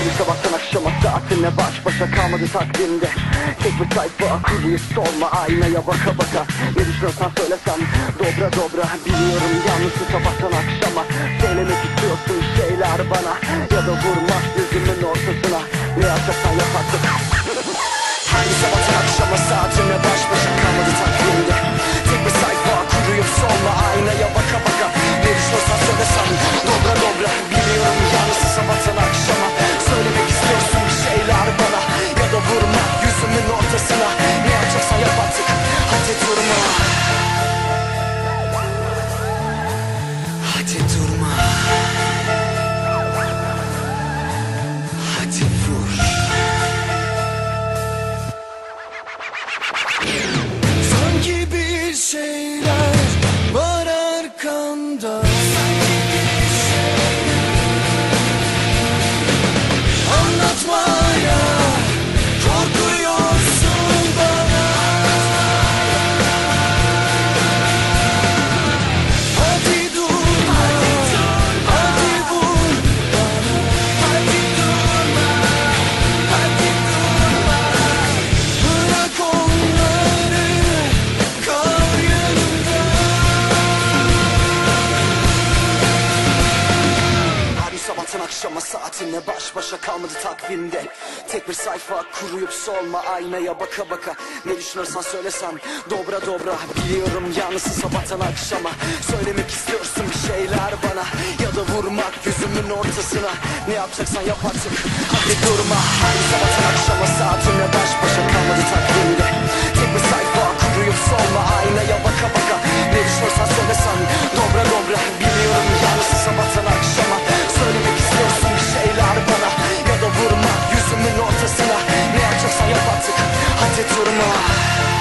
bir sabahtan akşama saatine baş başa kalmadı takvimde. Tek bir sayfa kuruyup solma aynaya baka baka. Ne düşünüyorsan söylesem dobra dobra. Biliyorum yalnızsın sabahtan akşama. Söylemek istiyorsun şeyler bana. Ya da vurma yüzümün ortasına. Ne yapacaksan yap artık. Her bir sabahtan akşama saatine baş başa kalmadı takvimde. Tek bir sayfa kuruyup solma aynaya baka baka. Ne düşünüyorsan söylesem dobra dobra. Biliyorum yalnızsın sabahtan akşama. Söylemek istiyorsun bir şeyler bana. Ya da vurma yüzümün ortasına. Ne yapacaksan yap artık. Hadi durma. Hadi durma. Hadi vur. Sanki bir şeyler var arkanda. Anlatmaya korkuyorsun bana. Hadi durma, hadi vur bana. Hadi durma, hadi durma. Bırak onları, kal yanımda. Her bir sabahtan akşama saatine baş başa kalmadı takvimde. Tek bir sayfa kuruyup solma aynaya baka baka. Ne düşünürsen söylesen dobra dobra. Biliyorum yalnızsın sabahtan akşama. Söylemek istiyorsun bir şeyler bana. Ya da vurmak yüzümün ortasına. Ne yapacaksan yap artık. Hadi durma. Her bir sabahtan akşama saatine baş başa kalmadı takvimde. Tek bir sayfa kuruyup solma aynaya baka baka. Ne düşünürsen söylesen dobra dobra. Biliyorum yalnızsın sabahtan akşama. Söylemek istiyorsun bir şeyler bana. Ya da vurma yüzümün ortasına. Ne yapacaksan yap artık. Hadi durma.